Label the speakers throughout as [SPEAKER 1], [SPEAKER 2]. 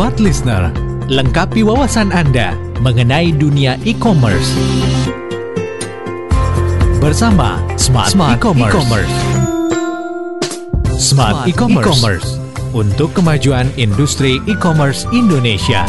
[SPEAKER 1] Smart Listener, lengkapi wawasan Anda mengenai dunia e-commerce. Bersama Smart E-commerce. Smart E-commerce untuk kemajuan industri e-commerce Indonesia.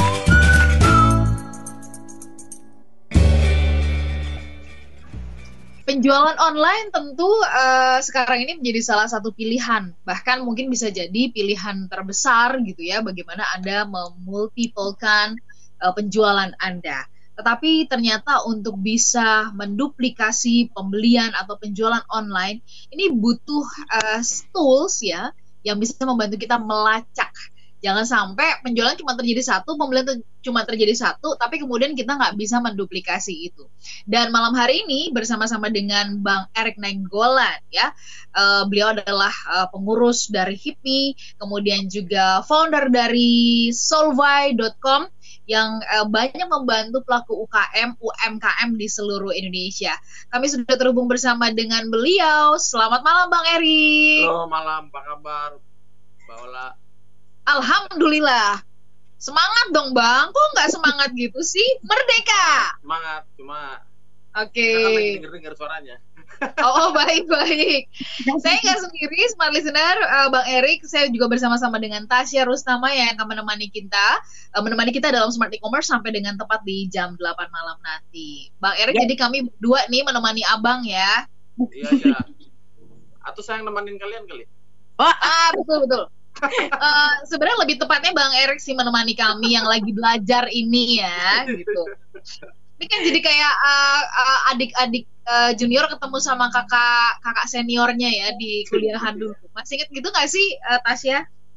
[SPEAKER 2] Penjualan online tentu sekarang ini menjadi salah satu pilihan, bahkan mungkin bisa jadi pilihan terbesar gitu ya, bagaimana Anda memultiplekan penjualan Anda. Tetapi ternyata untuk bisa menduplikasi pembelian atau penjualan online, ini butuh tools ya, yang bisa membantu kita melacak. Jangan sampai penjualan cuma terjadi satu, pembelian cuma terjadi satu, tapi kemudian kita nggak bisa menduplikasi itu. Dan malam hari ini bersama-sama dengan Bang Erik Nainggolan, ya, beliau adalah pengurus dari HIPMI, kemudian juga founder dari Solvay.com yang banyak membantu pelaku UMKM di seluruh Indonesia. Kami sudah terhubung bersama dengan beliau. Selamat malam, Bang Erik.
[SPEAKER 3] Halo, malam. Apa kabar, Mbak Ola?
[SPEAKER 2] Alhamdulillah. Semangat dong, Bang. Kok nggak semangat gitu sih? Merdeka.
[SPEAKER 3] Semangat, cuma
[SPEAKER 2] Oke.
[SPEAKER 3] kita kan lagi denger suaranya.
[SPEAKER 2] Oh, baik-baik. Saya nggak sendiri, Smart Listener, Bang Erik. Saya juga bersama-sama dengan Tasya Rustama yang akan menemani kita dalam Smart E-commerce sampai dengan tepat di jam 8 malam nanti. Bang Erik, jadi kami berdua nih menemani Abang ya.
[SPEAKER 3] Iya. Atau saya yang nemenin kalian kali?
[SPEAKER 2] Betul. Sebenarnya lebih tepatnya Bang Erik sih menemani kami yang lagi belajar ini ya, gitu. Ini kan jadi kayak adik-adik junior ketemu sama kakak seniornya ya di kuliahan dulu. Masih inget gitu nggak sih, Tasya?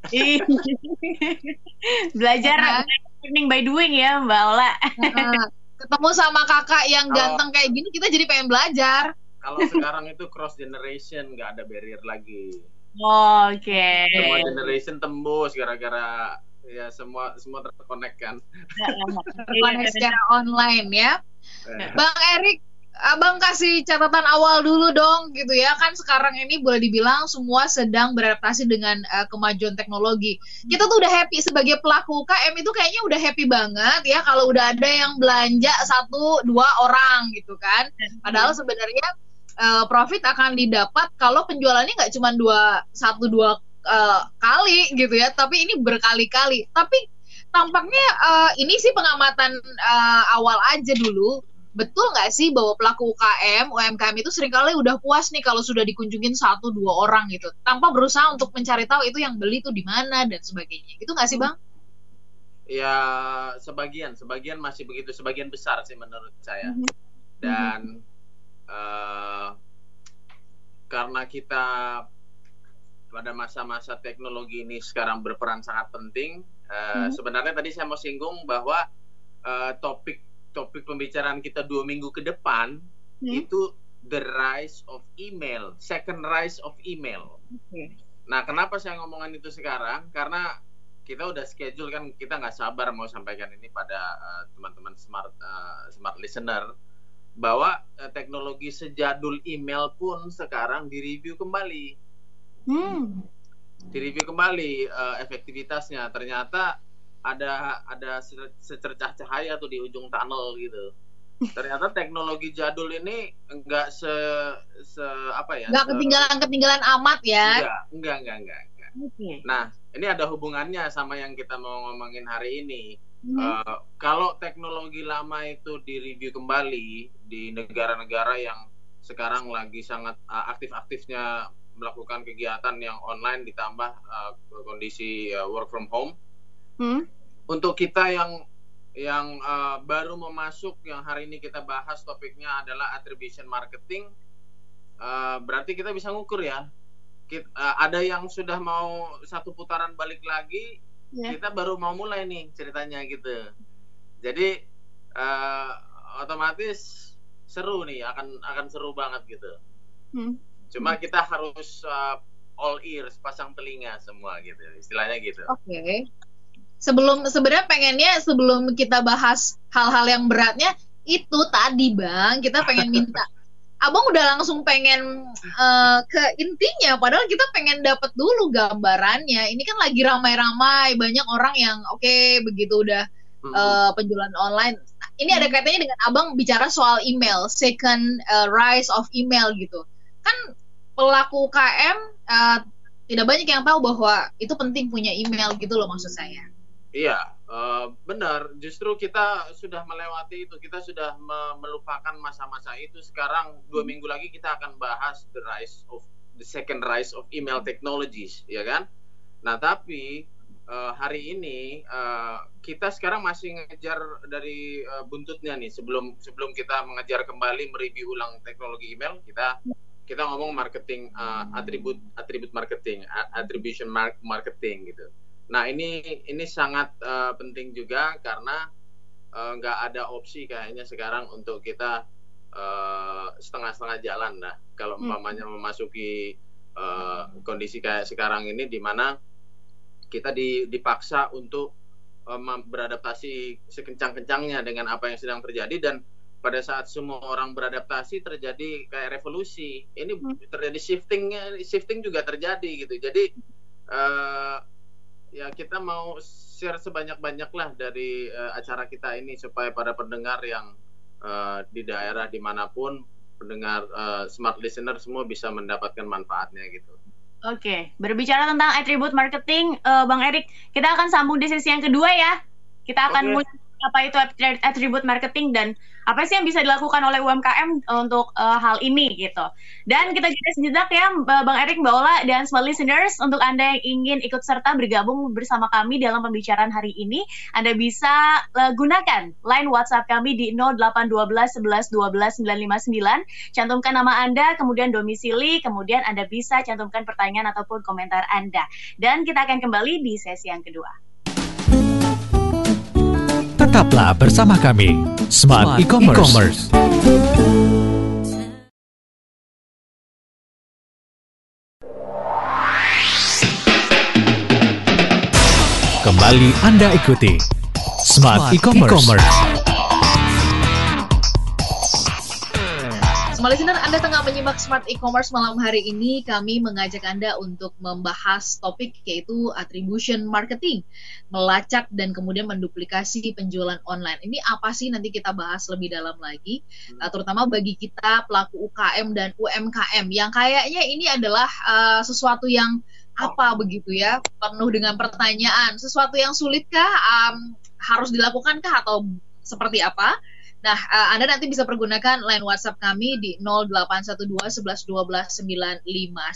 [SPEAKER 4] Belajar learning by doing ya, Mbak Ola.
[SPEAKER 2] Ketemu sama kakak yang ganteng kayak gini, kita jadi pengen belajar.
[SPEAKER 3] Kalau sekarang itu cross generation, nggak ada barrier lagi.
[SPEAKER 4] Oke.
[SPEAKER 3] Semua generation tembus gara-gara ya semua terkonek kan.
[SPEAKER 2] Terkonek secara online ya. Bang Erik, Abang kasih catatan awal dulu dong gitu ya. Kan sekarang ini boleh dibilang semua sedang beradaptasi dengan kemajuan teknologi. Kita tuh udah happy sebagai pelaku UKM itu kayaknya udah happy banget ya kalau udah ada yang belanja 1-2 orang gitu kan. Padahal sebenarnya profit akan didapat kalau penjualannya nggak cuma 1-2 kali gitu ya, tapi ini berkali-kali. Tapi tampaknya ini sih pengamatan awal aja dulu. Betul nggak sih bahwa pelaku UMKM itu seringkali udah puas nih kalau sudah dikunjungin 1-2 orang gitu, tanpa berusaha untuk mencari tahu itu yang beli tuh di mana dan sebagainya. Gitu nggak sih, Bang?
[SPEAKER 3] Ya sebagian masih begitu, sebagian besar sih menurut saya. Dan karena kita pada masa-masa teknologi ini sekarang berperan sangat penting, sebenarnya tadi saya mau singgung bahwa topik pembicaraan kita 2 minggu ke depan itu the rise of email, second rise of email. Nah, kenapa saya ngomongin itu sekarang? Karena kita udah schedule kan, kita nggak sabar mau sampaikan ini pada teman-teman smart listener, bahwa teknologi sejadul email pun sekarang direview kembali. Direview kembali efektivitasnya. Ternyata ada secercah cahaya tuh di ujung tunnel gitu. Ternyata teknologi jadul ini enggak
[SPEAKER 2] enggak ketinggalan amat ya.
[SPEAKER 3] Enggak. Nah, ini ada hubungannya sama yang kita mau ngomongin hari ini. Kalau teknologi lama itu direview kembali di negara-negara yang sekarang lagi sangat aktif-aktifnya melakukan kegiatan yang online ditambah kondisi work from home. Untuk kita yang baru memasuk, yang hari ini kita bahas topiknya adalah attribution marketing, berarti kita bisa ngukur ya. Ada yang sudah mau 1 putaran balik lagi, kita baru mau mulai nih ceritanya gitu. Jadi otomatis seru nih, akan seru banget gitu. Cuma kita harus all ears, pasang telinga semua gitu, istilahnya gitu.
[SPEAKER 2] Oke. Sebenarnya sebelum kita bahas hal-hal yang beratnya itu tadi, Bang, kita pengen minta Abang udah langsung pengen ke intinya, padahal kita pengen dapat dulu gambarannya. Ini kan lagi ramai-ramai, banyak orang yang begitu udah penjualan online. Ini ada kaitannya dengan abang bicara soal email, second rise of email gitu. Kan pelaku UKM tidak banyak yang tahu bahwa itu penting punya email gitu loh maksud saya.
[SPEAKER 3] Iya, benar. Justru kita sudah melewati itu. Kita sudah melupakan masa-masa itu. Sekarang 2 minggu lagi kita akan bahas the second rise of email technologies, ya kan? Nah, tapi hari ini kita sekarang masih ngejar dari buntutnya nih. Sebelum kita mengejar kembali mereview ulang teknologi email, kita ngomong marketing, atribut marketing, attribution marketing gitu. Nah ini sangat penting juga karena nggak ada opsi kayaknya sekarang untuk kita setengah-setengah jalan lah. Kalau umpamanya memasuki kondisi kayak sekarang ini, di mana kita dipaksa untuk beradaptasi sekencang-kencangnya dengan apa yang sedang terjadi, dan pada saat semua orang beradaptasi terjadi kayak revolusi. Ini terjadi shifting juga terjadi gitu. Jadi ya kita mau share sebanyak-banyak lah dari acara kita ini supaya para pendengar yang di daerah dimanapun, pendengar smart listener semua bisa mendapatkan manfaatnya gitu.
[SPEAKER 4] Oke, berbicara tentang atribut marketing, Bang Erik, kita akan sambung di sesi yang kedua ya. Kita akan mulai apa itu atribut marketing dan apa sih yang bisa dilakukan oleh UMKM untuk hal ini gitu. Dan kita jeda sejenak ya Bang Erik, Mbak Ola, dan smart listeners. Untuk Anda yang ingin ikut serta bergabung bersama kami dalam pembicaraan hari ini, Anda bisa gunakan line WhatsApp kami di 0812 11 12 959. Cantumkan nama Anda, kemudian domisili, kemudian Anda bisa cantumkan pertanyaan ataupun komentar Anda. Dan kita akan kembali di sesi yang kedua.
[SPEAKER 1] Tetaplah bersama kami, Smart E-Commerce. Kembali Anda ikuti Smart E-Commerce.
[SPEAKER 2] Smart listener, Anda tengah menyimak Smart E-Commerce malam hari ini. Kami mengajak Anda untuk membahas topik yaitu attribution marketing, melacak dan kemudian menduplikasi penjualan online. Ini apa sih, nanti kita bahas lebih dalam lagi, terutama bagi kita pelaku UKM dan UMKM yang kayaknya ini adalah sesuatu yang apa begitu ya, penuh dengan pertanyaan, sesuatu yang sulitkah, harus dilakukankah atau seperti apa? Nah, Anda nanti bisa pergunakan line WhatsApp kami di 0812 11 12 959.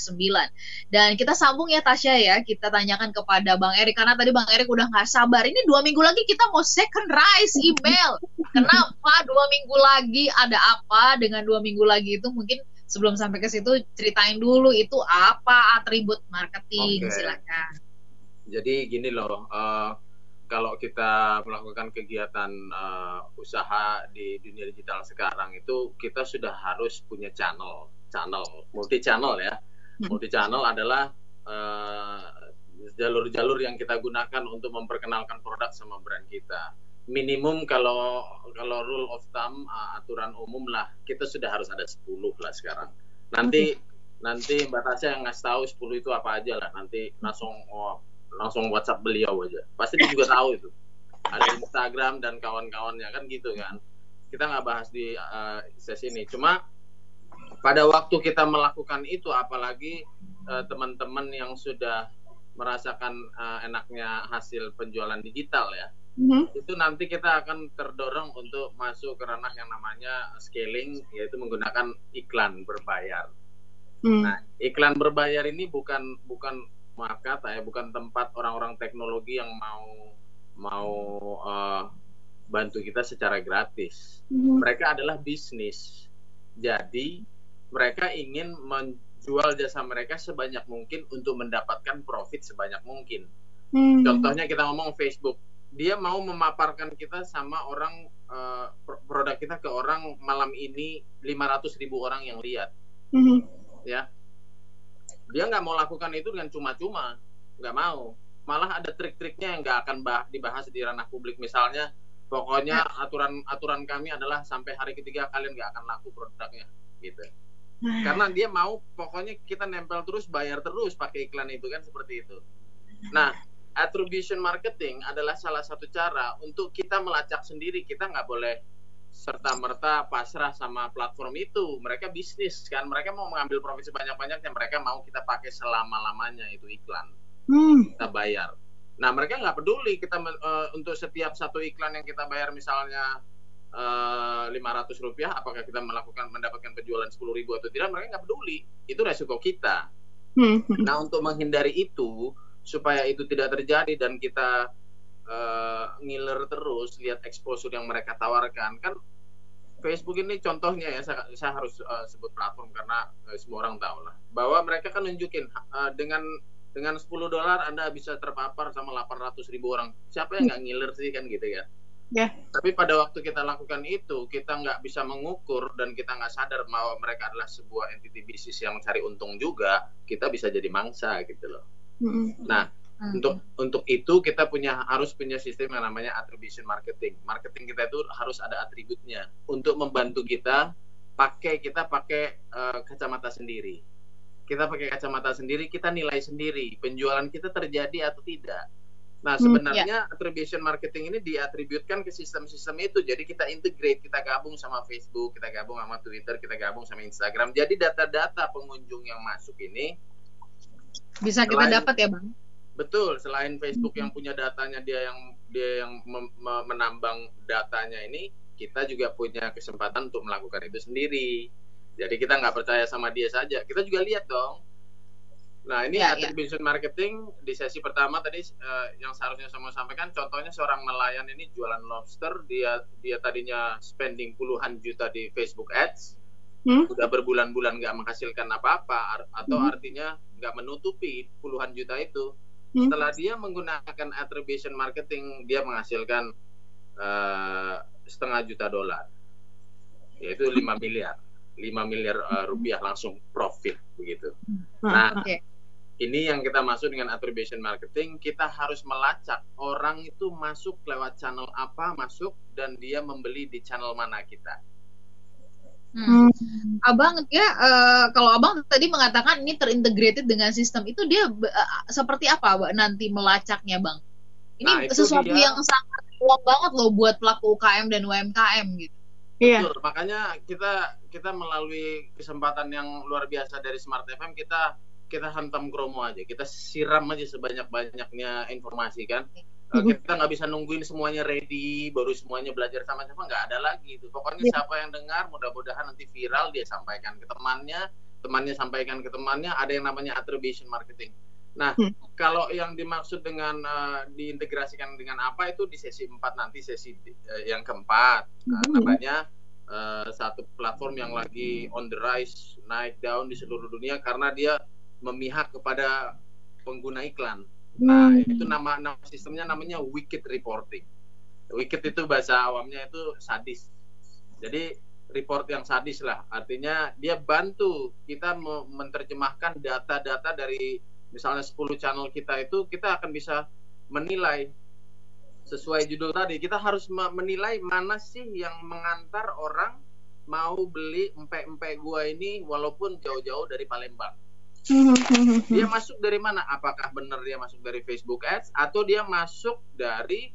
[SPEAKER 2] Dan kita sambung ya Tasya ya, kita tanyakan kepada Bang Erik, karena tadi Bang Erik udah nggak sabar. Ini 2 minggu lagi kita mau second rise email. Kenapa 2 minggu lagi, ada apa dengan 2 minggu lagi itu? Mungkin sebelum sampai ke situ ceritain dulu itu apa atribut marketing. Silakan.
[SPEAKER 3] Jadi gini loh, kalau kita melakukan kegiatan usaha di dunia digital sekarang itu, kita sudah harus punya channel multi channel ya. Multi channel adalah jalur-jalur yang kita gunakan untuk memperkenalkan produk sama brand kita. Minimum kalau rule of thumb, aturan umum lah, kita sudah harus ada 10 lah sekarang. Nanti Mbak Tasya yang ngasih tahu 10 itu apa aja lah. Nanti langsung WhatsApp beliau aja, pasti dia juga tahu itu. Ada Instagram dan kawan-kawannya kan gitu kan. Kita nggak bahas di sesi ini. Cuma pada waktu kita melakukan itu, apalagi teman-teman yang sudah merasakan enaknya hasil penjualan digital ya, itu nanti kita akan terdorong untuk masuk ke ranah yang namanya scaling, yaitu menggunakan iklan berbayar. Nah, iklan berbayar ini bukan maaf kata ya, bukan tempat orang-orang teknologi yang mau bantu kita secara gratis. Mereka adalah bisnis. Jadi mereka ingin menjual jasa mereka sebanyak mungkin untuk mendapatkan profit sebanyak mungkin. Contohnya kita ngomong Facebook, dia mau memaparkan kita sama orang, produk kita ke orang malam ini 500.000 orang yang lihat. Ya, dia nggak mau lakukan itu dengan cuma-cuma, nggak mau. Malah ada trik-triknya yang nggak akan dibahas di ranah publik. Misalnya, pokoknya aturan kami adalah sampai hari ketiga kalian nggak akan laku produknya. gitu. Karena dia mau pokoknya kita nempel terus, bayar terus pakai iklan itu kan, seperti itu. Nah, attribution marketing adalah salah satu cara untuk kita melacak sendiri. Kita nggak boleh serta-merta pasrah sama platform itu. Mereka bisnis kan, mereka mau mengambil profit sebanyak-banyaknya, mereka mau kita pakai selama-lamanya itu iklan. Kita bayar. Nah, mereka nggak peduli kita untuk setiap satu iklan yang kita bayar misalnya Rp500, apakah kita mendapatkan penjualan 10.000 atau tidak, mereka nggak peduli. Itu resiko kita. Nah, untuk menghindari itu, supaya itu tidak terjadi dan kita ngiler terus lihat exposure yang mereka tawarkan, kan Facebook ini contohnya ya, saya harus sebut platform karena semua orang tahu lah, bahwa mereka kan nunjukin dengan $10 Anda bisa terpapar sama 800.000 orang. Siapa yang nggak ngiler sih kan gitu ya? Yeah. Tapi pada waktu kita lakukan itu, kita nggak bisa mengukur dan kita nggak sadar bahwa mereka adalah sebuah entity bisnis yang cari untung juga, kita bisa jadi mangsa gitu loh. Nah, untuk itu kita harus punya sistem yang namanya attribution marketing. Marketing kita itu harus ada atributnya untuk membantu kita pakai kacamata sendiri. Kita pakai kacamata sendiri, kita nilai sendiri penjualan kita terjadi atau tidak. Nah, sebenarnya attribution marketing ini diatributkan ke sistem-sistem itu. Jadi kita integrate, kita gabung sama Facebook, kita gabung sama Twitter, kita gabung sama Instagram. Jadi data-data pengunjung yang masuk ini
[SPEAKER 2] bisa kita dapat ya, Bang?
[SPEAKER 3] Betul, selain Facebook yang punya datanya, dia yang menambang datanya ini, kita juga punya kesempatan untuk melakukan itu sendiri. Jadi kita nggak percaya sama dia saja, kita juga lihat dong. Nah, ini attribution marketing di sesi pertama tadi yang seharusnya saya mau sampaikan, contohnya seorang nelayan ini jualan lobster, dia tadinya spending puluhan juta di Facebook Ads, udah berbulan-bulan nggak menghasilkan apa-apa, atau artinya nggak menutupi puluhan juta itu. Setelah dia menggunakan attribution marketing, dia menghasilkan $500 juta, yaitu 5 miliar rupiah langsung profit begitu. Nah, ini yang kita maksud dengan attribution marketing. Kita harus melacak orang itu masuk lewat channel apa masuk dan dia membeli di channel mana kita.
[SPEAKER 2] Abang ya, kalau abang tadi mengatakan ini terintegrated dengan sistem, itu dia seperti apa nanti melacaknya, Bang? Ini sesuatu yang sangat luas banget loh buat pelaku UKM dan UMKM gitu.
[SPEAKER 3] Betul, makanya kita melalui kesempatan yang luar biasa dari Smart FM, kita hantam kromo aja, kita siram aja sebanyak-banyaknya informasi kan. Kita nggak bisa nungguin semuanya ready, baru semuanya belajar sama-sama, nggak ada lagi itu. Pokoknya siapa yang dengar, mudah-mudahan nanti viral, dia sampaikan ke temannya sampaikan ke temannya, ada yang namanya attribution marketing. Nah, kalau yang dimaksud dengan diintegrasikan dengan apa itu di sesi 4 nanti, sesi yang keempat. Namanya satu platform yang lagi on the rise, naik daun di seluruh dunia karena dia memihak kepada pengguna iklan. Nah, itu nama sistemnya namanya wicked reporting. Wicked itu bahasa awamnya itu sadis. Jadi report yang sadis lah. Artinya dia bantu kita menerjemahkan data-data dari misalnya 10 channel kita itu, kita akan bisa menilai sesuai judul tadi. Kita harus menilai mana sih yang mengantar orang mau beli empek-empek gua ini walaupun jauh-jauh dari Palembang. Dia masuk dari mana? Apakah benar dia masuk dari Facebook Ads atau dia masuk dari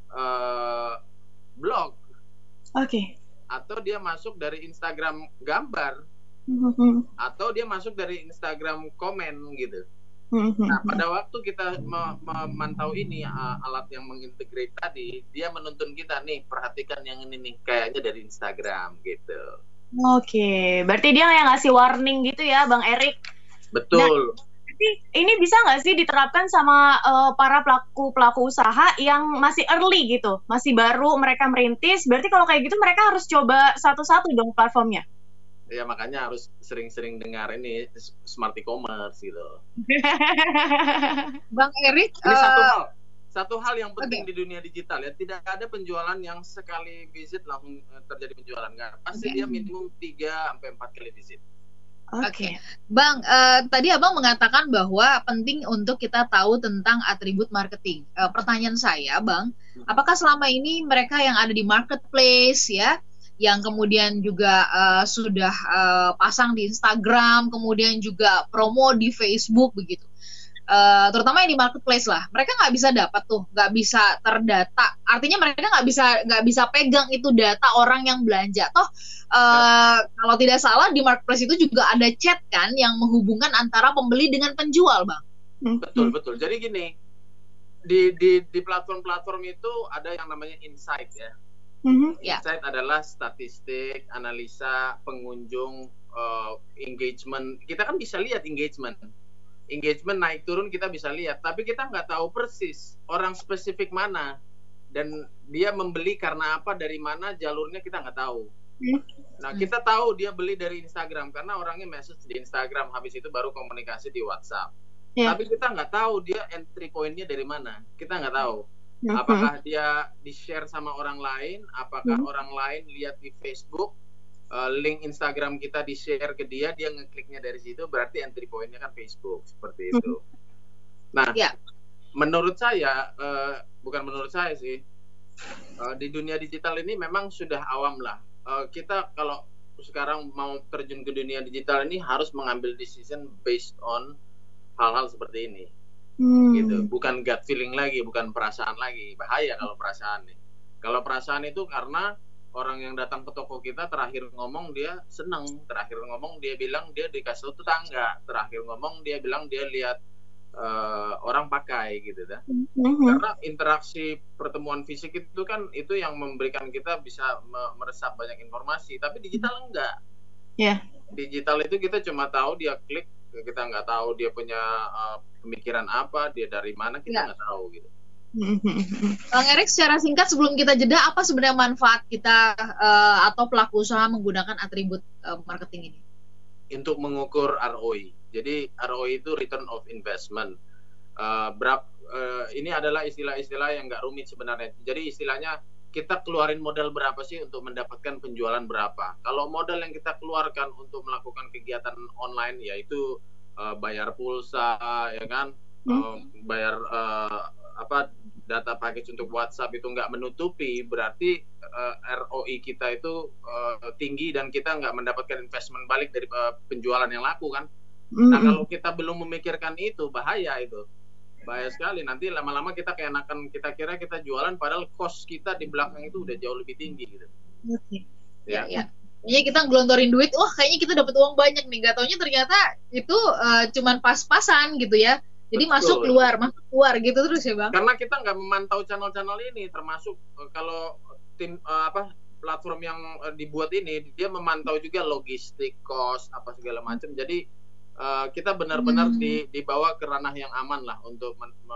[SPEAKER 3] blog? Atau dia masuk dari Instagram gambar? Atau dia masuk dari Instagram komen gitu? Nah, pada waktu kita memantau ini, alat yang mengintegrate tadi, dia menuntun kita nih, perhatikan yang ini nih, kayaknya dari Instagram gitu.
[SPEAKER 4] Berarti dia yang ngasih warning gitu ya, Bang Erik?
[SPEAKER 3] Betul.
[SPEAKER 4] Nah, ini bisa nggak sih diterapkan sama para pelaku usaha yang masih early gitu, masih baru mereka merintis? Berarti kalau kayak gitu mereka harus coba satu-satu dong platformnya.
[SPEAKER 3] Ya, makanya harus sering-sering dengar ini smart e-commerce gitu.
[SPEAKER 2] Bang Erik,
[SPEAKER 3] ini satu hal yang penting di dunia digital ya, tidak ada penjualan yang sekali visit langsung terjadi penjualan, kan? Pasti dia minimum 3-4 kali visit.
[SPEAKER 2] Bang, tadi Abang mengatakan bahwa penting untuk kita tahu tentang atribut marketing. Pertanyaan saya, Bang, apakah selama ini mereka yang ada di marketplace ya, yang kemudian juga sudah pasang di Instagram, kemudian juga promo di Facebook begitu. Terutama yang di marketplace lah, mereka nggak bisa dapat tuh, nggak bisa terdata. Artinya mereka nggak bisa pegang itu data orang yang belanja. Toh kalau tidak salah di marketplace itu juga ada chat kan yang menghubungkan antara pembeli dengan penjual, Bang.
[SPEAKER 3] Betul. Jadi gini, di platform-platform itu ada yang namanya insight ya. Insight adalah statistik, analisa, pengunjung, engagement. Kita kan bisa lihat engagement naik turun kita bisa lihat, tapi kita nggak tahu persis orang spesifik mana dan dia membeli karena apa, dari mana jalurnya kita nggak tahu. Nah, kita tahu dia beli dari Instagram karena orangnya message di Instagram, habis itu baru komunikasi di WhatsApp. Tapi kita nggak tahu dia entry point-nya dari mana, kita nggak tahu. Apakah dia di-share sama orang lain, apakah orang lain lihat di Facebook, link Instagram kita di-share ke dia ngekliknya dari situ, berarti entry point-nya kan Facebook, seperti itu. Nah, menurut saya, bukan menurut saya sih, di dunia digital ini memang sudah awam lah. Kita kalau sekarang mau terjun ke dunia digital ini harus mengambil decision based on hal-hal seperti ini. Gitu, bukan gut feeling lagi, bukan perasaan lagi. Bahaya kalau perasaan nih. Kalau perasaan itu karena orang yang datang ke toko kita terakhir ngomong dia seneng, terakhir ngomong dia bilang dia dikasih tetangga, terakhir ngomong dia bilang dia lihat orang pakai gitu dah. Karena interaksi pertemuan fisik itu kan itu yang memberikan kita bisa meresap banyak informasi, tapi digital enggak. Digital itu kita cuma tahu dia klik, kita nggak tahu dia punya pemikiran apa, dia dari mana, kita nggak tahu gitu.
[SPEAKER 2] Bang Erik, secara singkat sebelum kita jeda, apa sebenarnya manfaat kita atau pelaku usaha menggunakan atribut marketing ini?
[SPEAKER 3] Untuk mengukur ROI. Jadi ROI itu return of investment. Ini adalah istilah-istilah yang nggak rumit sebenarnya. Jadi istilahnya kita keluarin modal berapa sih untuk mendapatkan penjualan berapa. Kalau modal yang kita keluarkan untuk melakukan kegiatan online, yaitu bayar pulsa, ya kan, bayar data package untuk WhatsApp itu nggak menutupi, berarti ROI kita itu tinggi dan kita nggak mendapatkan investment balik dari penjualan yang laku kan. Nah, kalau kita belum memikirkan itu, bahaya sekali. Nanti lama-lama kita keenakan, kita kira kita jualan padahal cost kita di belakang itu udah jauh lebih tinggi gitu.
[SPEAKER 2] Ya. Kayaknya kita ngelontorin duit, kayaknya kita dapat uang banyak nih, nggak taunya ternyata itu cuman pas-pasan gitu ya. Jadi masuk keluar gitu terus ya, Bang.
[SPEAKER 3] Karena kita nggak memantau channel-channel ini, termasuk kalau tim platform yang dibuat ini dia memantau juga logistik, cost, apa segala macam. Jadi kita benar-benar dibawa ke ranah yang aman lah untuk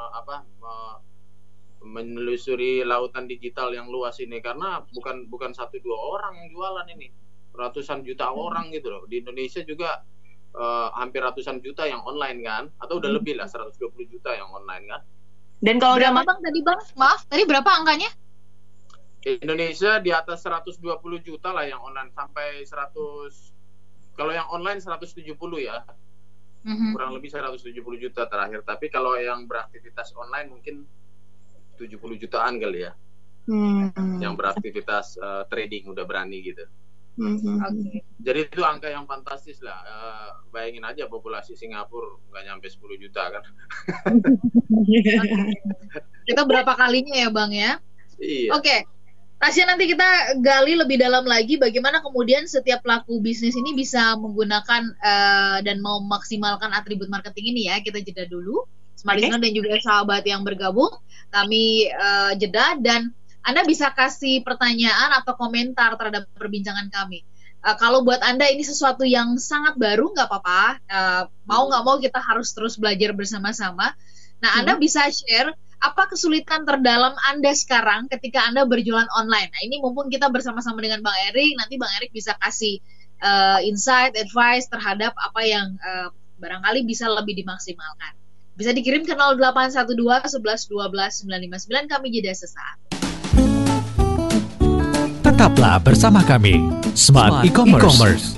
[SPEAKER 3] menelusuri lautan digital yang luas ini, karena bukan 1-2 orang yang jualan ini, ratusan juta orang gitu loh. Di Indonesia juga hampir ratusan juta yang online kan, atau udah lebih lah 120 juta yang online kan.
[SPEAKER 2] Dan kalau udah Bang tadi Bang, maaf tadi berapa angkanya?
[SPEAKER 3] Indonesia di atas 120 juta lah yang online, sampai 100, kalau yang online 170 ya. Kurang lebih 170 juta terakhir. Tapi kalau yang beraktivitas online mungkin 70 jutaan kali ya. Yang beraktivitas trading udah berani gitu. Jadi itu angka yang fantastis lah. Bayangin aja populasi Singapura nggak nyampe 10 juta kan.
[SPEAKER 2] Kita berapa kalinya ya Bang ya?
[SPEAKER 3] Iya.
[SPEAKER 2] Oke. Tasya, nanti kita gali lebih dalam lagi bagaimana kemudian setiap pelaku bisnis ini bisa menggunakan dan memaksimalkan atribut marketing ini ya. Kita jeda dulu. Smart Listener dan juga sahabat yang bergabung, kami jeda dan Anda bisa kasih pertanyaan atau komentar terhadap perbincangan kami. Kalau buat Anda ini sesuatu yang sangat baru, nggak apa-apa. Mau nggak mau kita harus terus belajar bersama-sama. Nah, Anda bisa share apa kesulitan terdalam Anda sekarang ketika Anda berjualan online. Nah, ini mumpung kita bersama-sama dengan Bang Erik, nanti Bang Erik bisa kasih insight, advice terhadap apa yang barangkali bisa lebih dimaksimalkan. Bisa dikirim ke 0812 11 12 959, kami jeda sesaat.
[SPEAKER 1] Tetaplah bersama kami, Smart E-Commerce.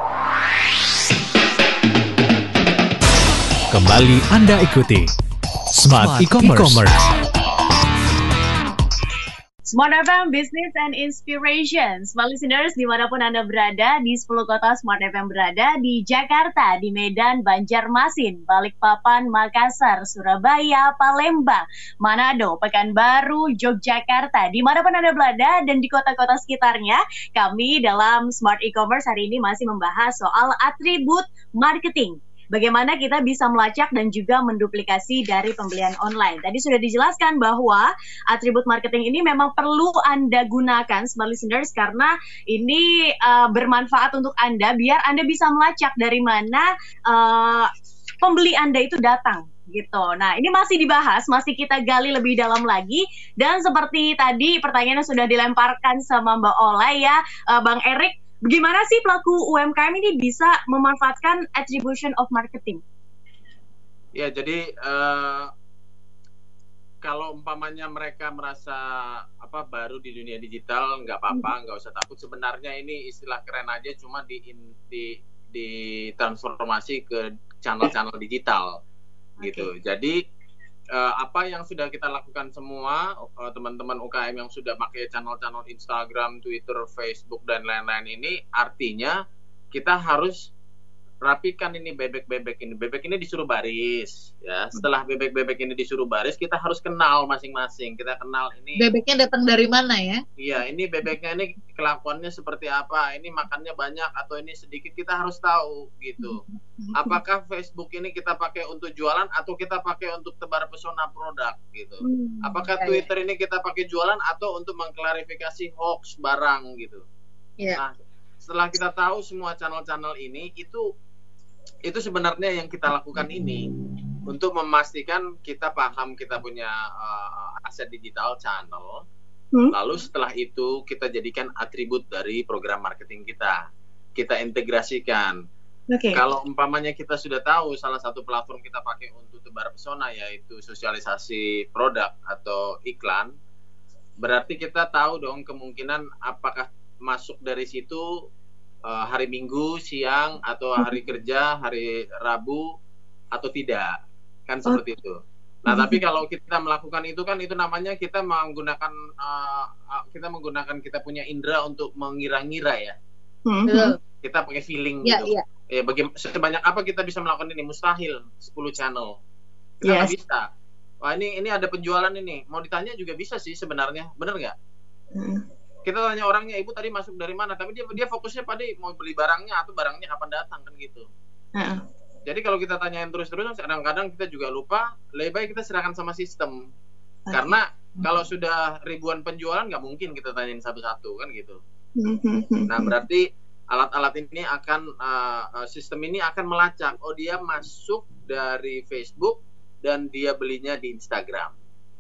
[SPEAKER 1] Kembali Anda ikuti Smart E-commerce.
[SPEAKER 4] Smart FM Business and Inspiration. Smart listeners, dimanapun Anda berada, di 10 kota Smart FM berada, di Jakarta, di Medan, Banjarmasin, Balikpapan, Makassar, Surabaya, Palembang, Manado, Pekanbaru, Yogyakarta, dimanapun Anda berada, dan di kota-kota sekitarnya, kami dalam Smart E-commerce hari ini masih membahas soal atribut marketing. Bagaimana kita bisa melacak dan juga menduplikasi dari pembelian online. Tadi sudah dijelaskan bahwa atribut marketing ini memang perlu Anda gunakan, smart listeners, karena ini bermanfaat untuk Anda, biar Anda bisa melacak dari mana pembeli Anda itu datang. Gitu. Nah, ini masih dibahas, masih kita gali lebih dalam lagi. Dan seperti tadi pertanyaannya sudah dilemparkan sama Mbak Ola ya, Bang Erik, bagaimana sih pelaku UMKM ini bisa memanfaatkan attribution of marketing?
[SPEAKER 3] Ya, jadi kalau umpamanya mereka merasa baru di dunia digital, nggak apa-apa, nggak usah takut. Sebenarnya ini istilah keren aja, cuma ditransformasi ke channel-channel digital, gitu. Jadi apa yang sudah kita lakukan semua, teman-teman UKM yang sudah pakai channel-channel Instagram, Twitter, Facebook, dan lain-lain ini, artinya kita harus rapikan ini bebek-bebek ini. Bebek ini disuruh baris, ya. Setelah bebek-bebek ini disuruh baris, kita harus kenal masing-masing. Kita kenal ini.
[SPEAKER 2] Bebeknya datang dari mana ya?
[SPEAKER 3] Iya, ini bebeknya ini kelakuannya seperti apa, ini makannya banyak atau ini sedikit, kita harus tahu, gitu. Apakah Facebook ini kita pakai untuk jualan atau kita pakai untuk tebar pesona produk, gitu. Apakah Twitter ini kita pakai jualan atau untuk mengklarifikasi hoax barang, gitu. Nah, setelah kita tahu semua channel-channel ini, itu sebenarnya yang kita lakukan ini untuk memastikan kita paham kita punya aset digital channel. Lalu setelah itu kita jadikan atribut dari program marketing kita integrasikan. Kalau umpamanya kita sudah tahu salah satu platform kita pakai untuk tebar pesona yaitu sosialisasi produk atau iklan, berarti kita tahu dong kemungkinan apakah masuk dari situ hari Minggu siang atau hari kerja hari Rabu atau tidak, kan seperti itu. Nah, tapi kalau kita melakukan itu kan itu namanya kita menggunakan kita punya indera untuk mengira-ngira ya. Kita pakai feeling gitu. Ya, sebanyak apa kita bisa melakukan ini? Mustahil 10 channel. Kita nggak bisa. Wah, ini ada penjualan ini. Mau ditanya juga bisa sih sebenarnya. Bener nggak? Kita tanya orangnya, ibu tadi masuk dari mana? Tapi dia fokusnya pada mau beli barangnya atau barangnya kapan datang, kan gitu. Jadi kalau kita tanyain terus-terusan, kadang-kadang kita juga lupa. Lebih baik kita serahkan sama sistem. Karena kalau sudah ribuan penjualan, nggak mungkin kita tanyain satu-satu, kan gitu. Nah, berarti alat-alat ini akan sistem ini akan melacak. Oh, dia masuk dari Facebook dan dia belinya di Instagram.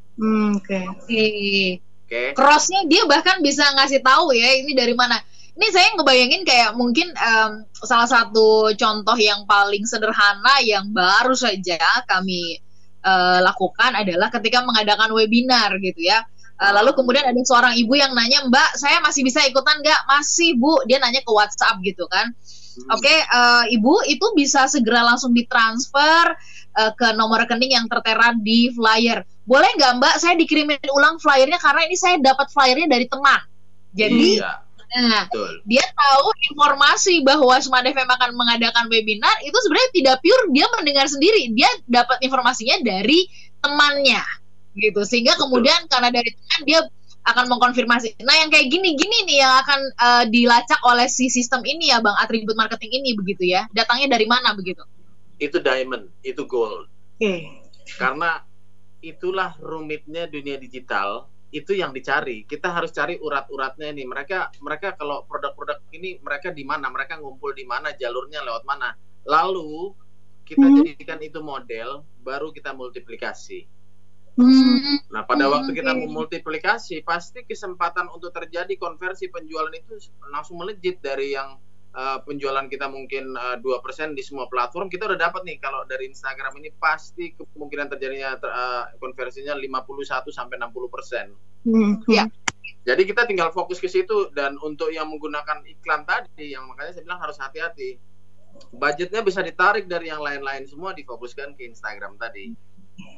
[SPEAKER 2] Crossnya dia bahkan bisa ngasih tahu ya ini dari mana. Ini saya ngebayangin kayak mungkin salah satu contoh yang paling sederhana yang baru saja kami lakukan adalah ketika mengadakan webinar gitu ya. Lalu kemudian ada seorang ibu yang nanya, Mbak, saya masih bisa ikutan nggak? Masih, Bu. Dia nanya ke WhatsApp gitu kan. Ibu, itu bisa segera langsung ditransfer ke nomor rekening yang tertera di flyer. Boleh nggak, Mbak, saya dikirimin ulang flyernya karena ini saya dapat flyernya dari teman. Jadi, dia tahu informasi bahwa Smart FM akan mengadakan webinar itu sebenarnya tidak pure dia mendengar sendiri. Dia dapat informasinya dari temannya, gitu. Sehingga kemudian karena dari teman dia akan mengkonfirmasi. Nah, yang kayak gini-gini nih yang akan dilacak oleh si sistem ini ya, Bang, atribut marketing ini begitu ya. Datangnya dari mana begitu? Itu
[SPEAKER 3] diamond, itu gold. Karena itulah rumitnya dunia digital, itu yang dicari. Kita harus cari urat-uratnya ini. Mereka kalau produk-produk ini mereka di mana? Mereka ngumpul di mana? Jalurnya lewat mana? Lalu kita jadikan itu model, baru kita multiplikasi. Nah, pada waktu kita memultiplikasi, pasti kesempatan untuk terjadi konversi penjualan itu langsung melejit dari yang penjualan kita mungkin 2% di semua platform, kita udah dapat nih. Kalau dari Instagram ini pasti kemungkinan terjadinya konversinya 51 sampai 60%. Ya. Jadi kita tinggal fokus ke situ. Dan untuk yang menggunakan iklan tadi, yang makanya saya bilang harus hati-hati. Budgetnya bisa ditarik dari yang lain-lain semua, difokuskan ke Instagram tadi.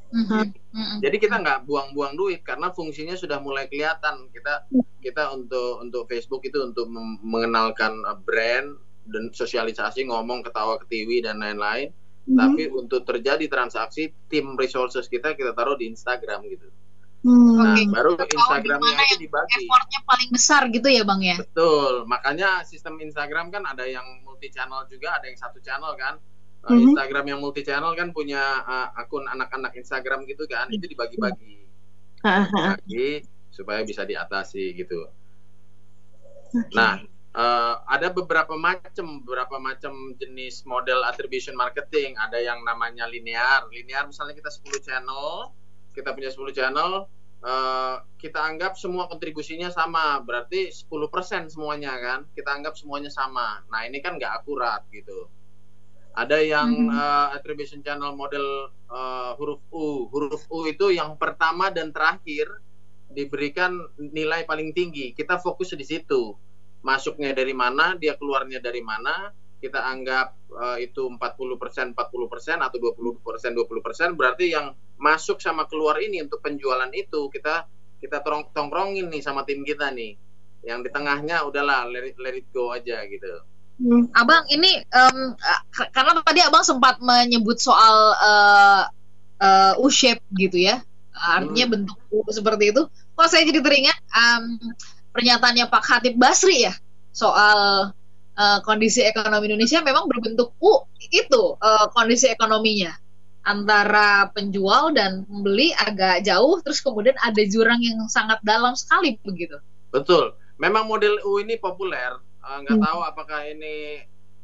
[SPEAKER 3] Jadi kita nggak buang-buang duit karena fungsinya sudah mulai kelihatan. Kita untuk Facebook itu untuk mengenalkan brand dan sosialisasi, ngomong, ketawa, ketiwi dan lain-lain. Tapi untuk terjadi transaksi, tim resources kita taruh di Instagram gitu. Nah, baru Instagramnya itu dibagi.
[SPEAKER 2] Effortnya paling besar gitu ya Bang ya?
[SPEAKER 3] Betul, makanya sistem Instagram kan ada yang multi channel juga, ada yang satu channel kan. Instagram yang multi channel kan punya akun anak-anak Instagram gitu kan, itu dibagi-bagi. Bagi supaya bisa diatasi gitu. Nah, ada beberapa macam jenis model attribution marketing. Ada yang namanya linear. Linear misalnya kita 10 channel, kita punya 10 channel, kita anggap semua kontribusinya sama, berarti 10% semuanya kan, kita anggap semuanya sama. Nah ini kan nggak akurat gitu. Ada yang attribution channel model huruf U itu yang pertama dan terakhir diberikan nilai paling tinggi, kita fokus di situ. Masuknya dari mana, dia keluarnya dari mana, kita anggap itu 40% atau 20%, berarti yang masuk sama keluar ini untuk penjualan itu kita tongkrongin nih sama tim kita nih. Yang di tengahnya udahlah let it go aja gitu.
[SPEAKER 2] Abang ini karena tadi Abang sempat menyebut soal U-shape gitu ya, artinya bentuk U seperti itu. Kok saya jadi teringat pernyataannya Pak Khatib Basri ya soal kondisi ekonomi Indonesia memang berbentuk U itu, kondisi ekonominya antara penjual dan pembeli agak jauh, terus kemudian ada jurang yang sangat dalam sekali begitu.
[SPEAKER 3] Betul, memang model U ini populer. Nggak tahu apakah ini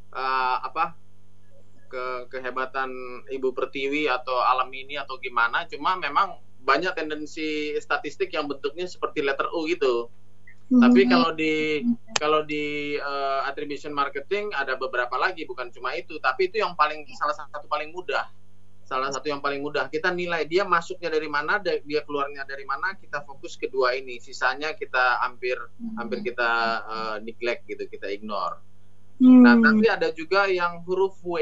[SPEAKER 3] kehebatan Ibu Pertiwi atau alam ini atau gimana, cuma memang banyak tendensi statistik yang bentuknya seperti letter U gitu. Tapi kalau di attribution marketing ada beberapa lagi, bukan cuma itu, tapi itu yang salah satu yang paling mudah. Kita nilai dia masuknya dari mana, dia keluarnya dari mana, kita fokus kedua ini. Sisanya kita hampir kita neglect gitu, kita ignore. Nah, tapi ada juga yang huruf W.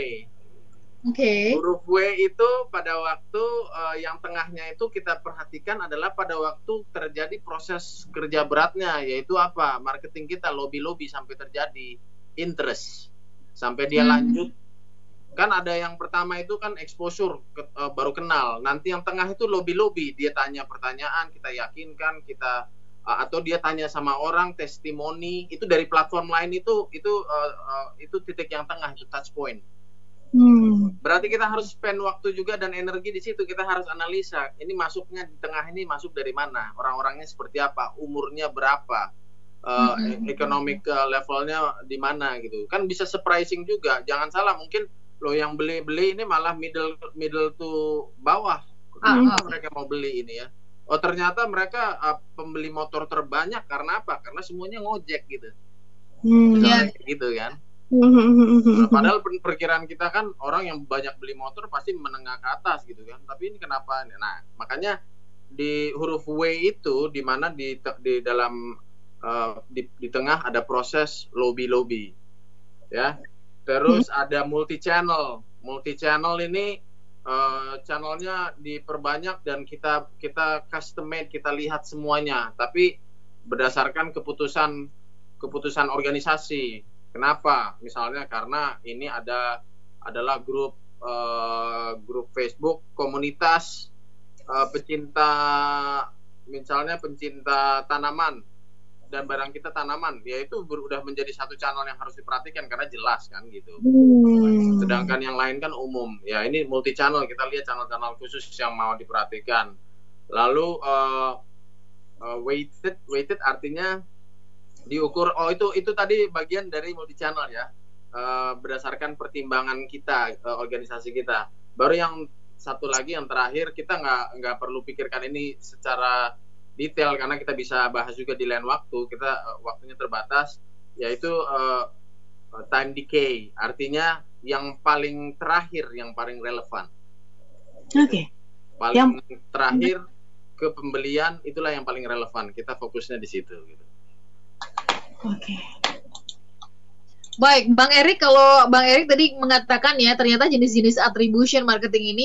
[SPEAKER 3] Huruf W itu pada waktu yang tengahnya itu kita perhatikan adalah pada waktu terjadi proses kerja beratnya, yaitu apa? Marketing kita lobby sampai terjadi interest, sampai dia lanjut. Kan ada yang pertama itu kan exposure, baru kenal. Nanti yang tengah itu lobby, dia tanya pertanyaan, kita yakinkan, atau dia tanya sama orang, testimoni, itu dari platform lain itu titik yang tengah, itu touch point. Berarti kita harus spend waktu juga dan energi di situ. Kita harus analisa, ini masuknya di tengah ini masuk dari mana, orang-orangnya seperti apa, umurnya berapa, economic levelnya di mana gitu. Kan bisa surprising juga. Jangan salah, mungkin lo yang beli ini malah middle to bawah. Kenapa mereka mau beli ini ya? Oh ternyata mereka pembeli motor terbanyak karena apa? Karena semuanya ngojek gitu. Gitu kan. Nah, padahal perkiraan kita kan orang yang banyak beli motor pasti menengah ke atas gitu kan. Tapi ini kenapa? Nah makanya di huruf W itu di mana di dalam di tengah ada proses lobby ya. Terus ada multi channel ini channelnya diperbanyak dan kita custom made, kita lihat semuanya, tapi berdasarkan keputusan organisasi. Kenapa? Misalnya karena ini adalah grup Facebook komunitas pecinta tanaman, dan barang kita tanaman, ya itu udah menjadi satu channel yang harus diperhatikan karena jelas kan gitu. Sedangkan yang lain kan umum. Ya ini multi channel, kita lihat channel-channel khusus yang mau diperhatikan. Lalu weighted artinya diukur. Oh itu tadi bagian dari multi channel ya. Berdasarkan pertimbangan kita, organisasi kita. Baru yang satu lagi yang terakhir, kita nggak perlu pikirkan ini secara detail karena kita bisa bahas juga di lain waktu. Waktunya terbatas, yaitu time decay, artinya yang paling terakhir, yang paling relevan. Paling terakhir ke pembelian, itulah yang paling relevan. Kita fokusnya di situ gitu.
[SPEAKER 2] Baik, Bang Erik, kalau Bang Erik tadi mengatakan ya ternyata jenis-jenis attribution marketing ini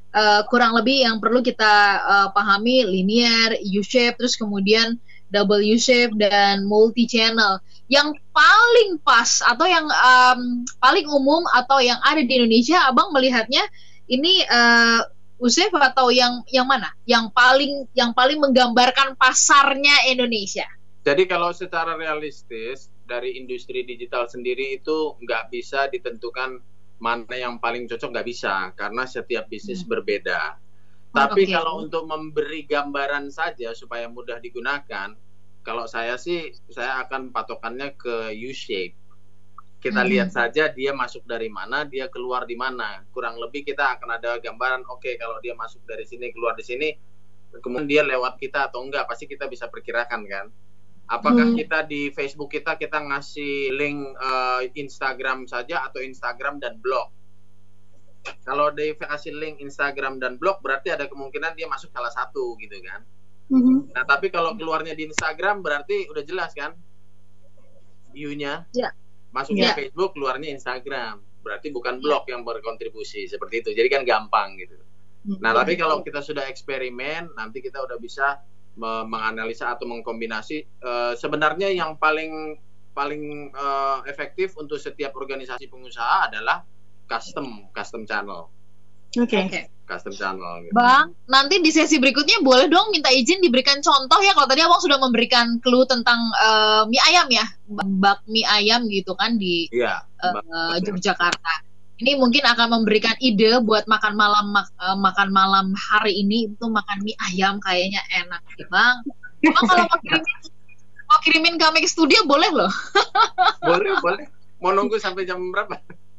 [SPEAKER 2] kurang lebih yang perlu kita pahami linear, U-shape, terus kemudian double U-shape dan multi channel. Yang paling pas atau yang paling umum atau yang ada di Indonesia, Abang melihatnya ini U-shape atau yang mana? Yang paling menggambarkan pasarnya Indonesia.
[SPEAKER 3] Jadi kalau secara realistis dari industri digital sendiri itu nggak bisa ditentukan mana yang paling cocok, nggak bisa, karena setiap bisnis berbeda. Tapi kalau untuk memberi gambaran saja supaya mudah digunakan, kalau saya sih, saya akan patokannya ke U-shape. Kita lihat saja dia masuk dari mana, dia keluar di mana. Kurang lebih kita akan ada gambaran, oke, kalau dia masuk dari sini, keluar di sini, kemudian dia lewat kita atau enggak, pasti kita bisa perkirakan kan. Apakah kita di Facebook kita ngasih link Instagram saja atau Instagram dan blog? Kalau dia kasih link Instagram dan blog, berarti ada kemungkinan dia masuk salah satu gitu kan. Nah tapi kalau keluarnya di Instagram berarti udah jelas kan, view-nya masuknya Facebook, keluarnya Instagram, berarti bukan blog yang berkontribusi seperti itu. Jadi kan gampang gitu. Nah tapi kalau kita sudah eksperimen, nanti kita udah bisa menganalisa atau mengkombinasi. Sebenarnya yang paling efektif untuk setiap organisasi pengusaha adalah custom channel. Custom channel gitu.
[SPEAKER 2] Bang, nanti di sesi berikutnya boleh dong minta izin diberikan contoh ya. Kalau tadi Abang sudah memberikan clue tentang mie ayam ya, bakmi ayam gitu kan di Yogyakarta. Ini mungkin akan memberikan ide buat makan malam hari ini, itu makan mie ayam kayaknya enak ya, Bang. Bang kalau mau kirimin kami ke studio boleh loh.
[SPEAKER 3] Boleh. Mau nunggu sampai jam berapa?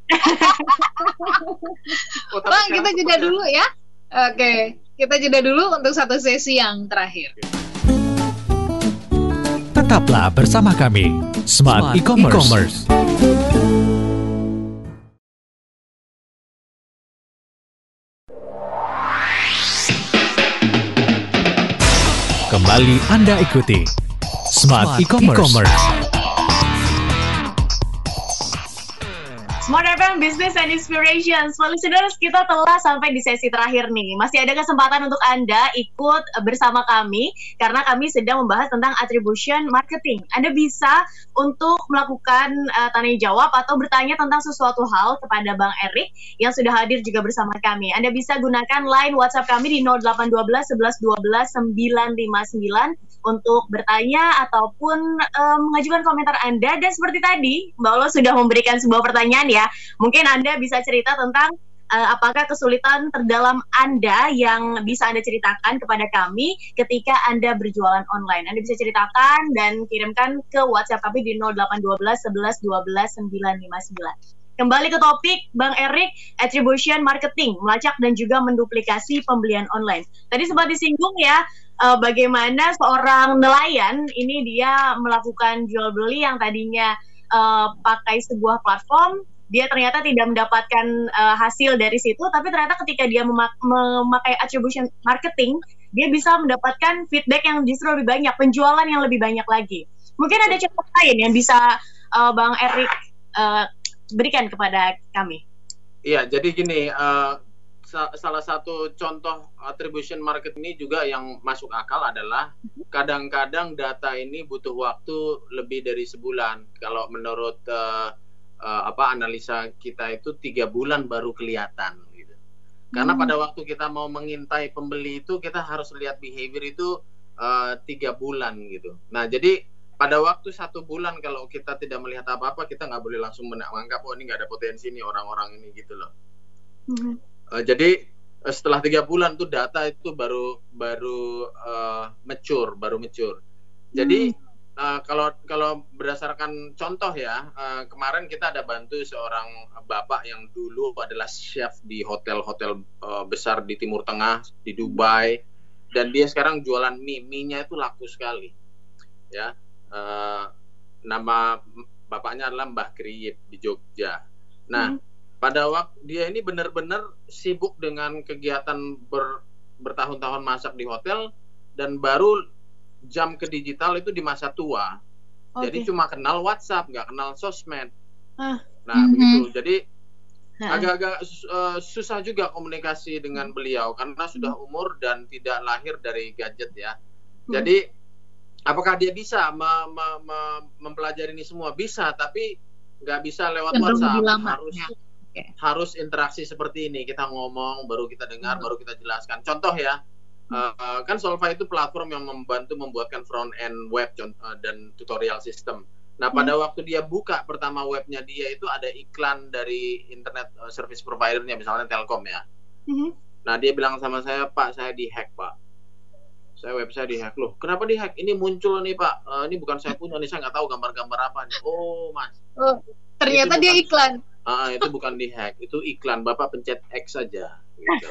[SPEAKER 2] Bang, kita jeda dulu ya. Oke, kita jeda dulu untuk satu sesi yang terakhir.
[SPEAKER 1] Tetaplah bersama kami, Smart E-Commerce. Kembali Anda ikuti Smart E-Commerce.
[SPEAKER 4] Smart FM Business and Inspirations. Listeners, kita telah sampai di sesi terakhir nih. Masih ada kesempatan untuk Anda ikut bersama kami karena kami sedang membahas tentang attribution marketing. Anda bisa untuk melakukan tanya jawab atau bertanya tentang sesuatu hal kepada Bang Erik yang sudah hadir juga bersama kami. Anda bisa gunakan line WhatsApp kami di 0812 11 12 959 untuk bertanya ataupun mengajukan komentar Anda. Dan seperti tadi, Mbak Olo sudah memberikan sebuah pertanyaan ya. Mungkin Anda bisa cerita tentang apakah kesulitan terdalam Anda yang bisa Anda ceritakan kepada kami ketika Anda berjualan online. Anda bisa ceritakan dan kirimkan ke WhatsApp kami di 0812 11 12 959. Kembali ke topik, Bang Erik, attribution marketing, melacak dan juga menduplikasi pembelian online. Tadi sempat disinggung ya, bagaimana seorang nelayan ini dia melakukan jual beli yang tadinya pakai sebuah platform, dia ternyata tidak mendapatkan hasil dari situ, tapi ternyata ketika dia memakai attribution marketing, dia bisa mendapatkan feedback yang justru lebih banyak, penjualan yang lebih banyak lagi. Mungkin ada contoh lain yang bisa Bang Erik berikan kepada kami.
[SPEAKER 3] Iya, jadi gini, salah satu contoh attribution marketing ini juga yang masuk akal adalah kadang-kadang data ini butuh waktu lebih dari sebulan. Kalau menurut analisa kita itu 3 bulan baru kelihatan gitu. Karena pada waktu kita mau mengintai pembeli itu kita harus lihat behavior itu 3 bulan gitu. Nah jadi pada waktu 1 bulan kalau kita tidak melihat apa-apa, kita nggak boleh langsung menganggap oh ini nggak ada potensi nih orang-orang ini gitu loh. Jadi setelah 3 bulan tuh data itu baru mature. Jadi kalau berdasarkan contoh ya, kemarin kita ada bantu seorang bapak yang dulu adalah chef di hotel-hotel besar di Timur Tengah, di Dubai, dan dia sekarang jualan mie-nya itu laku sekali. Ya, nama bapaknya adalah Mbah Kriyip di Jogja. Nah, pada waktu dia ini benar-benar sibuk dengan kegiatan bertahun-tahun masak di hotel dan baru jam ke digital itu di masa tua. Jadi cuma kenal WhatsApp, nggak kenal sosmed. Nah, begitu. Jadi agak-agak susah juga komunikasi dengan beliau karena sudah umur dan tidak lahir dari gadget ya. Jadi apakah dia bisa mempelajari ini semua? Bisa, tapi nggak bisa lewat WhatsApp. Harus interaksi seperti ini. Kita ngomong, baru kita dengar, baru kita jelaskan. Contoh ya, kan Solva itu platform yang membantu membuatkan front end web dan tutorial system. Nah, pada waktu dia buka pertama webnya dia itu ada iklan dari internet service providernya, misalnya Telkom ya. Nah, dia bilang sama saya, Pak, saya dihack, Pak. Web saya dihack. Loh, kenapa dihack? Ini muncul nih, Pak. Ini bukan saya punya nih, saya nggak tahu gambar-gambar apa nih. Oh, Mas.
[SPEAKER 2] Ternyata dia iklan.
[SPEAKER 3] Itu bukan dihack, itu iklan. Bapak pencet X saja. Gitu.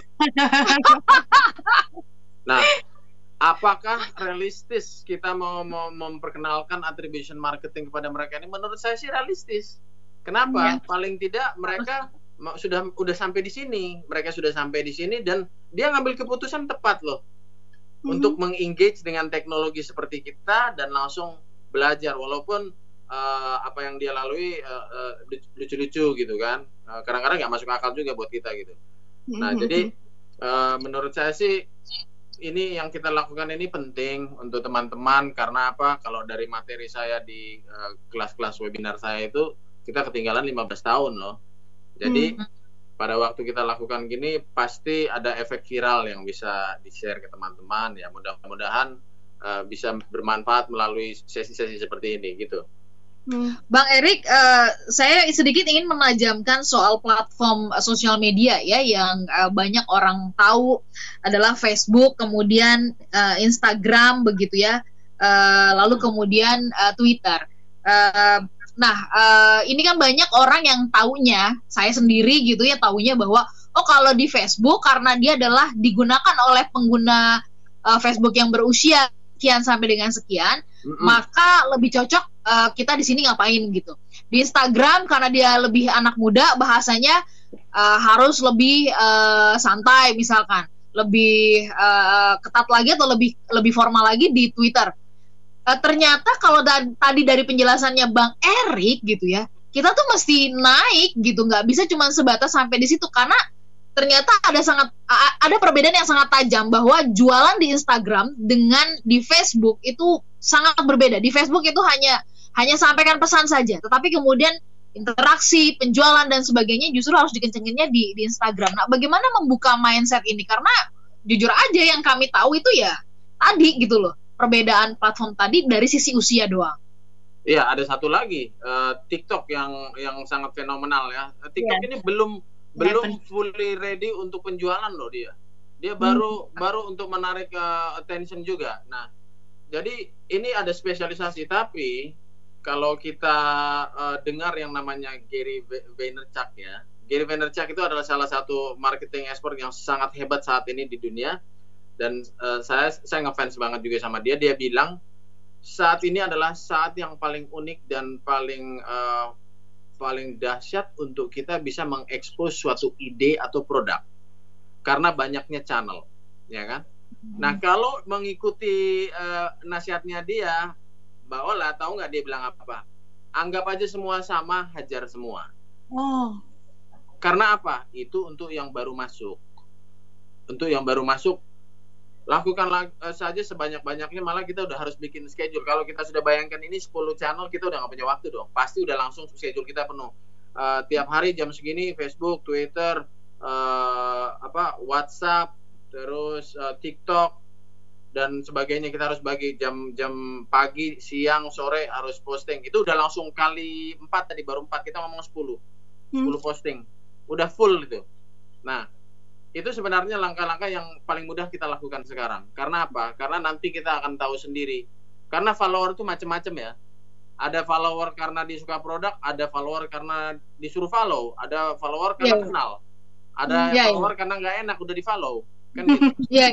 [SPEAKER 3] Nah, apakah realistis kita mau memperkenalkan attribution marketing kepada mereka ini? Menurut saya sih realistis. Kenapa? Paling tidak mereka sudah sampai di sini. Mereka sudah sampai di sini dan dia ngambil keputusan tepat loh. Untuk mengengage dengan teknologi seperti kita dan langsung belajar. Walaupun apa yang dia lalui lucu-lucu gitu kan. Kadang-kadang nggak masuk akal juga buat kita gitu. Nah, jadi menurut saya sih ini yang kita lakukan ini penting untuk teman-teman karena apa? Kalau dari materi saya di kelas-kelas webinar saya itu kita ketinggalan 15 tahun loh. Jadi pada waktu kita lakukan gini pasti ada efek viral yang bisa di-share ke teman-teman ya. Mudah-mudahan bisa bermanfaat melalui sesi-sesi seperti ini gitu.
[SPEAKER 2] Bang Erik, saya sedikit ingin menajamkan soal platform sosial media ya yang banyak orang tahu adalah Facebook, kemudian Instagram begitu ya, lalu kemudian Twitter. Ini kan banyak orang yang taunya, saya sendiri gitu ya, taunya bahwa kalau di Facebook karena dia adalah digunakan oleh pengguna Facebook yang berusia sekian sampai dengan sekian, maka lebih cocok kita di sini ngapain gitu. Di Instagram karena dia lebih anak muda, bahasanya harus lebih santai misalkan, lebih ketat lagi atau lebih formal lagi di Twitter. Ternyata kalau tadi dari penjelasannya Bang Erik gitu ya, kita tuh mesti naik gitu, nggak bisa cuma sebatas sampai di situ karena ternyata ada perbedaan yang sangat tajam bahwa jualan di Instagram dengan di Facebook itu sangat berbeda. Di Facebook itu hanya sampaikan pesan saja, tetapi kemudian interaksi, penjualan dan sebagainya justru harus dikencenginnya di Instagram. Nah, bagaimana membuka mindset ini? Karena jujur aja yang kami tahu itu ya tadi gitu loh, perbedaan platform tadi dari sisi usia doang.
[SPEAKER 3] Iya, ada satu lagi TikTok yang sangat fenomenal ya. TikTok ini belum fully ready untuk penjualan loh dia. Dia baru untuk menarik attention juga. Nah, jadi ini ada spesialisasi, tapi kalau kita dengar yang namanya Gary Vaynerchuk ya. Gary Vaynerchuk itu adalah salah satu marketing expert yang sangat hebat saat ini di dunia. Dan saya ngefans banget juga sama dia. Dia bilang saat ini adalah saat yang paling unik dan paling dahsyat untuk kita bisa mengekspos suatu ide atau produk karena banyaknya channel, ya kan? Nah, kalau mengikuti nasihatnya dia, Mbak Ola, tahu nggak dia bilang apa? Anggap aja semua sama, hajar semua. Karena apa? Itu untuk yang baru masuk. Untuk yang baru masuk, lakukan saja sebanyak-banyaknya, malah kita udah harus bikin schedule. Kalau kita sudah bayangkan ini 10 channel, kita udah nggak punya waktu dong. Pasti udah langsung schedule kita penuh. Tiap hari jam segini Facebook, Twitter, WhatsApp, terus TikTok dan sebagainya. Kita harus bagi jam pagi, siang, sore harus posting. Itu udah langsung kali 4 tadi, baru 4. Kita ngomong 10 posting. Udah full itu. Nah, itu sebenarnya langkah-langkah yang paling mudah kita lakukan sekarang. Karena apa? Karena nanti kita akan tahu sendiri. Karena follower itu macam-macam ya. Ada follower karena dia suka produk, ada follower karena disuruh follow, ada follower karena kenal, ada follower karena nggak enak udah di follow, kan gitu.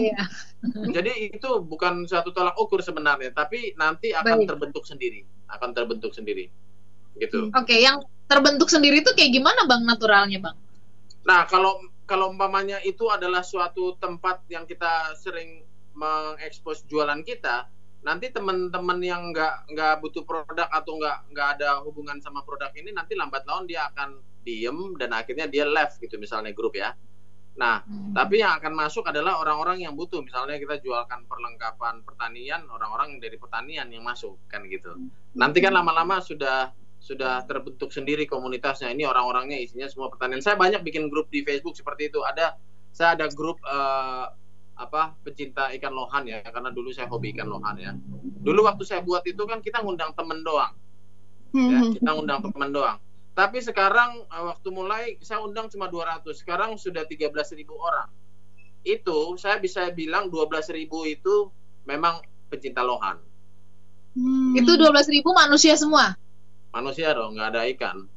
[SPEAKER 3] Jadi itu bukan suatu tolak ukur sebenarnya, tapi nanti akan terbentuk sendiri, gitu. Oke,
[SPEAKER 2] yang terbentuk sendiri itu kayak gimana Bang naturalnya Bang?
[SPEAKER 3] Nah, kalau umpamanya itu adalah suatu tempat yang kita sering mengekspos jualan kita, nanti teman-teman yang nggak butuh produk atau nggak ada hubungan sama produk ini, nanti lambat laun dia akan diem dan akhirnya dia left gitu misalnya grup ya. Nah, tapi yang akan masuk adalah orang-orang yang butuh. Misalnya kita jualkan perlengkapan pertanian, orang-orang dari pertanian yang masuk kan gitu. Nanti kan lama-lama sudah terbentuk sendiri komunitasnya. Ini orang-orangnya isinya semua pertanian. Saya banyak bikin grup di Facebook seperti itu. Saya ada grup pecinta ikan lohan ya, karena dulu saya hobi ikan lohan ya. Dulu waktu saya buat itu kan kita ngundang temen doang. Ya, kita ngundang temen doang. Tapi sekarang waktu mulai saya undang cuma 200. Sekarang sudah 13.000 orang. Itu saya bisa bilang 12.000 itu memang pecinta lohan.
[SPEAKER 2] Itu 12.000 manusia semua?
[SPEAKER 3] Manusia dong, nggak ada ikan.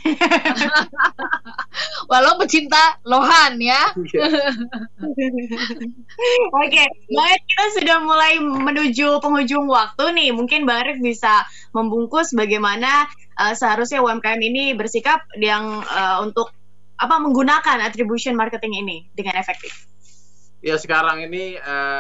[SPEAKER 2] Walau pecinta lohan ya.
[SPEAKER 4] Oke, baik, kita sudah mulai menuju penghujung waktu nih. Mungkin Bang Erik bisa membungkus bagaimana seharusnya UMKM ini bersikap yang untuk menggunakan attribution marketing ini dengan efektif.
[SPEAKER 3] Ya, sekarang ini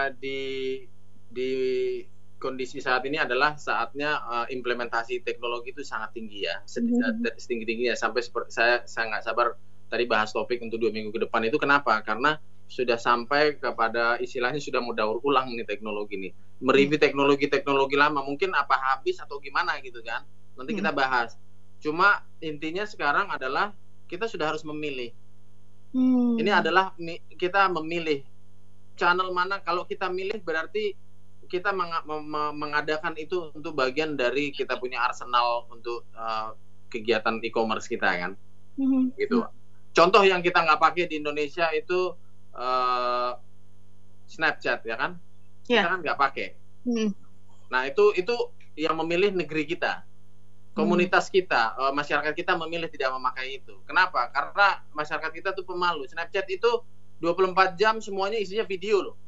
[SPEAKER 3] di kondisi saat ini adalah saatnya implementasi teknologi itu sangat tinggi ya, setinggi-tingginya, sampai saya nggak sabar tadi bahas topik untuk 2 minggu ke depan itu. Kenapa? Karena sudah sampai kepada istilahnya sudah mau daur ulang nih teknologi ini, mereview teknologi lama, mungkin apa habis atau gimana gitu kan, nanti kita bahas. Cuma intinya sekarang adalah kita sudah harus memilih. Ini adalah kita memilih channel mana. Kalau kita milih berarti kita mengadakan itu untuk bagian dari kita punya arsenal untuk kegiatan e-commerce kita kan, gitu. Contoh yang kita nggak pakai di Indonesia itu Snapchat ya kan, kita kan nggak pakai. Nah itu yang memilih negeri kita, komunitas kita, masyarakat kita memilih tidak memakai itu. Kenapa? Karena masyarakat kita tuh pemalu. Snapchat itu 24 jam semuanya isinya video loh.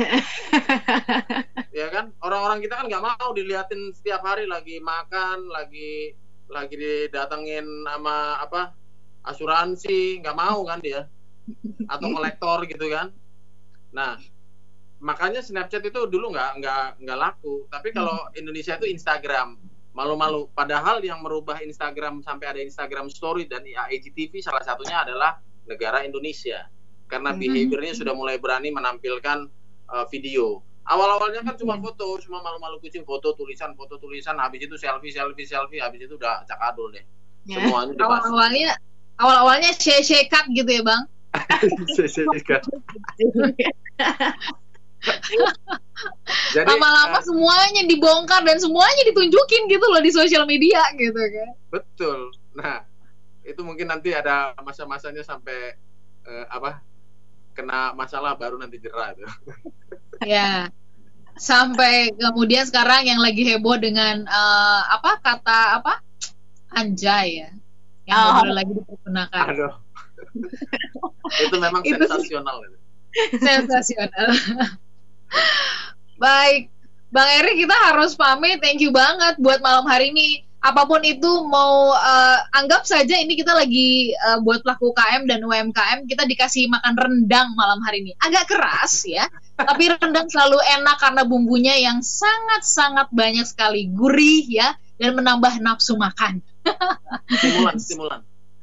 [SPEAKER 3] Ya kan, orang-orang kita kan nggak mau dilihatin setiap hari lagi makan, lagi didatengin sama asuransi, nggak mau kan dia, atau kolektor gitu kan. Nah, makanya Snapchat itu dulu nggak laku. Tapi kalau Indonesia itu Instagram, malu-malu. Padahal yang merubah Instagram sampai ada Instagram Story dan IGTV salah satunya adalah negara Indonesia, karena behaviornya sudah mulai berani menampilkan video. Awal-awalnya kan cuma foto, cuma malu-malu kucing, foto tulisan, habis itu selfie, habis itu udah cakadul deh. Semuanya dibahas.
[SPEAKER 2] Awal-awalnya shake cut gitu ya, Bang? Jadi lama-lama semuanya dibongkar dan semuanya ditunjukin gitu loh di sosial media gitu kan.
[SPEAKER 3] Betul. Nah, itu mungkin nanti ada masa-masanya sampai kena masalah baru nanti jerah tuh.
[SPEAKER 2] Ya. Sampai kemudian sekarang yang lagi heboh dengan kata anjay ya. Yang boleh lagi dipergunakan.
[SPEAKER 3] Aduh. Itu memang sensasional itu.
[SPEAKER 2] Sensasional. Baik, Bang Erik, kita harus pamit. Thank you banget buat malam hari ini. Apapun itu, mau anggap saja ini kita lagi buat pelaku UKM dan UMKM, kita dikasih makan rendang malam hari ini. Agak keras ya, tapi rendang selalu enak karena bumbunya yang sangat-sangat banyak sekali, gurih ya, dan menambah nafsu makan.
[SPEAKER 3] Stimulan.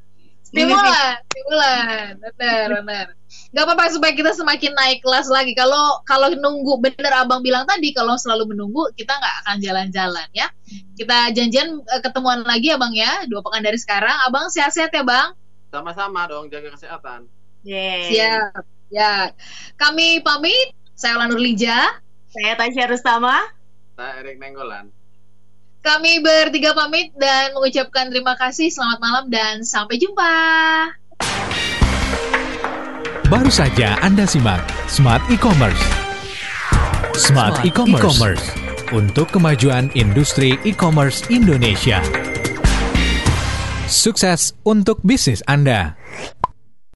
[SPEAKER 2] Benar. Gak apa-apa supaya kita semakin naik kelas lagi. Kalau nunggu, bener Abang bilang tadi, kalau selalu menunggu kita nggak akan jalan-jalan ya. Kita janjian ketemuan lagi ya Bang ya, 2 pekan dari sekarang. Abang sehat-sehat ya Bang.
[SPEAKER 3] Sama-sama dong, jaga kesehatan.
[SPEAKER 2] Siap. Ya, kami pamit. Saya Ola Nurlija.
[SPEAKER 4] Saya Tasya Rustama.
[SPEAKER 3] Saya Erik Nenggolan.
[SPEAKER 2] Kami bertiga pamit dan mengucapkan terima kasih, selamat malam, dan sampai jumpa.
[SPEAKER 1] Baru saja Anda simak Smart E-Commerce. Smart E-Commerce untuk kemajuan industri e-commerce Indonesia. Sukses untuk bisnis Anda.